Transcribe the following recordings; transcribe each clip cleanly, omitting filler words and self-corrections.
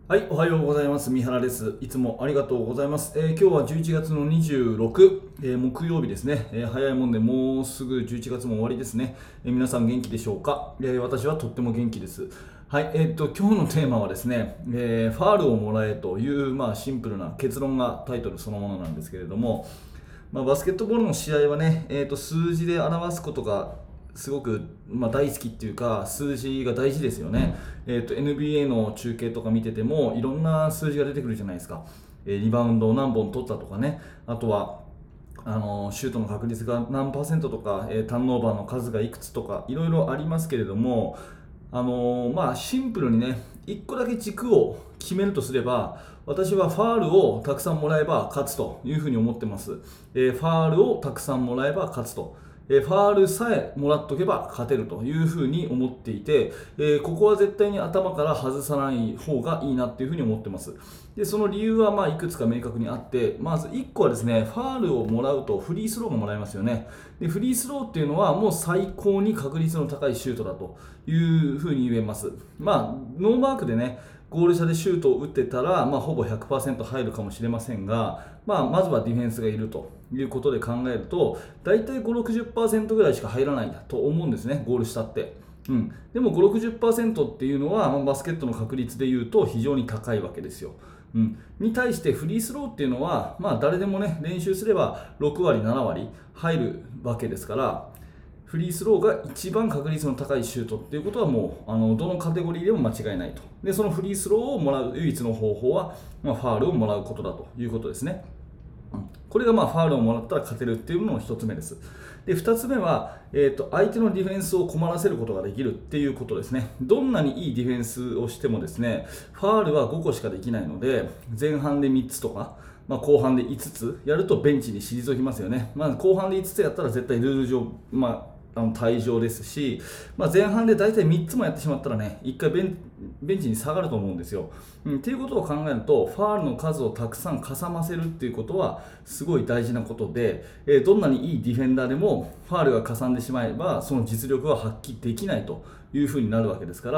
はい、おはようございます。三原です。いつもありがとうございます。今日は11月の26、木曜日ですね、早いもんでもうすぐ11月も終わりですね。皆さん元気でしょうか？私はとっても元気です。はい、今日のテーマはですね、ファールをもらえという、シンプルな結論がタイトルそのものなんですけれども、バスケットボールの試合はね、数字で表すことがすごく、大好きっていうか、数字が大事ですよね。NBA の中継とか見ててもいろんな数字が出てくるじゃないですか。リバウンドを何本取ったとかね、あとはシュートの確率が何パーセントとか、ターンオーバーの数がいくつとかいろいろありますけれども、シンプルにね、1個だけ軸を決めるとすれば、私はファールをたくさんもらえば勝つというふうに思ってます。ファールをたくさんもらえば勝つと。ファールさえもらっとけば勝てるというふうに思っていて、ここは絶対に頭から外さない方がいいなっていうふうに思ってます。でその理由はいくつか明確にあって、まず1個はですね、ファールをもらうとフリースローがもらえますよね。でフリースローっていうのはもう最高に確率の高いシュートだというふうに言えます。ノーマークでね、ゴール下でシュートを打ってたら、ほぼ 100% 入るかもしれませんが、まずはディフェンスがいるということで考えると、大体5、60% ぐらいしか入らないと思うんですね、ゴール下って。でも5、60%っていうのは、バスケットの確率でいうと非常に高いわけですよ。に対してフリースローっていうのは、誰でもね、練習すれば6割、7割入るわけですから、フリースローが一番確率の高いシュートっていうことはもうどのカテゴリーでも間違いないと。でそのフリースローをもらう唯一の方法は、ファールをもらうことだということですね。これがファウルをもらったら勝てるっていうのの1つ目です。で2つ目は、相手のディフェンスを困らせることができるっていうことですね。どんなにいいディフェンスをしてもですね、ファウルは5個しかできないので、前半で3つとか、後半で5つやるとベンチに退きますよね。後半で5つやったら絶対ルール上、退場ですし、前半で大体3つもやってしまったらね、1回ベンチに下がると思うんですよ。っていうことを考えると、ファールの数をたくさんかさませるっていうことはすごい大事なことで、どんなにいいディフェンダーでもファールがかさんでしまえば、その実力は発揮できないというふうになるわけですから、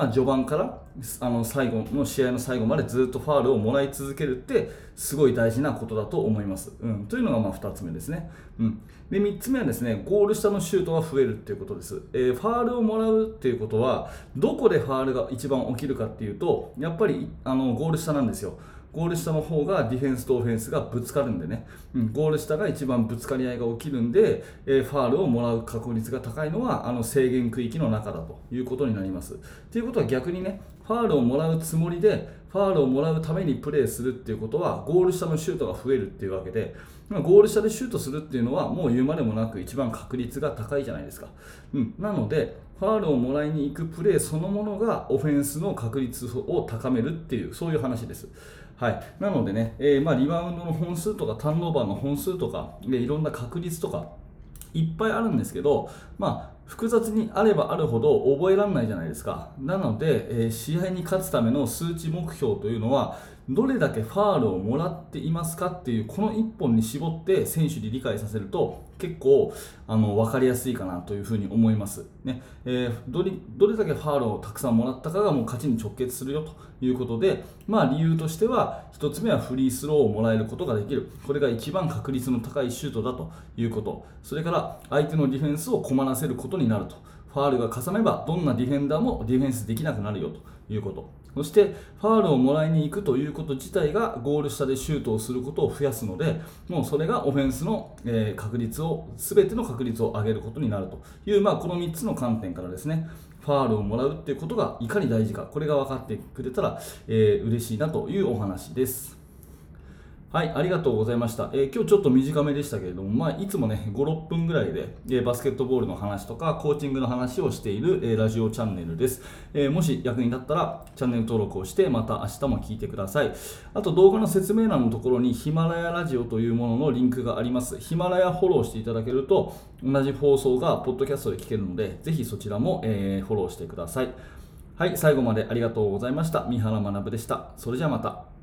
序盤から最後の試合の最後までずっとファールをもらい続けるってすごい大事なことだと思います。というのが2つ目ですね。で3つ目はですね、ゴール下のシュートが増えるっていうことです。ファールをもらうっていうことは、どこでファールが一番起きるかっていうと、やっぱりゴール下なんですよ。ゴール下の方がディフェンスとオフェンスがぶつかるんでね、ゴール下が一番ぶつかり合いが起きるんで、ファールをもらう確率が高いのは制限区域の中だということになります。ということは逆にね、ファールをもらうつもりでファールをもらうためにプレーするっていうことは、ゴール下のシュートが増えるっていうわけで、ゴール下でシュートするっていうのはもう言うまでもなく一番確率が高いじゃないですか。なのでファールをもらいに行くプレーそのものがオフェンスの確率を高めるっていう、そういう話です。はい、なのでね、リバウンドの本数とかターンオーバーの本数とかいろんな確率とかいっぱいあるんですけど、複雑にあればあるほど覚えられないじゃないですか。なので、試合に勝つための数値目標というのは、どれだけファールをもらっていますかっていうこの1本に絞って選手に理解させると結構分かりやすいかなというふうに思います、ね。どれだけファールをたくさんもらったかがもう勝ちに直結するよということで、理由としては1つ目はフリースローをもらえることができる、これが一番確率の高いシュートだということ、それから相手のディフェンスを困らせることになると、ファールがかさめばどんなディフェンダーもディフェンスできなくなるよということ、そしてファールをもらいに行くということ自体がゴール下でシュートをすることを増やすので、もうそれがオフェンスの確率を、全ての確率を上げることになるという、この3つの観点からですね、ファールをもらうっていうことがいかに大事か、これが分かってくれたら、嬉しいなというお話です。はい、ありがとうございました。今日ちょっと短めでしたけれども、いつもね、5、6分ぐらいで、バスケットボールの話とか、コーチングの話をしている、ラジオチャンネルです。もし役に立ったら、チャンネル登録をして、また明日も聞いてください。あと、動画の説明欄のところに、ヒマラヤラジオというもののリンクがあります。ヒマラヤフォローしていただけると、同じ放送がポッドキャストで聞けるので、ぜひそちらも、フォローしてください。はい、最後までありがとうございました。三原学でした。それじゃあまた。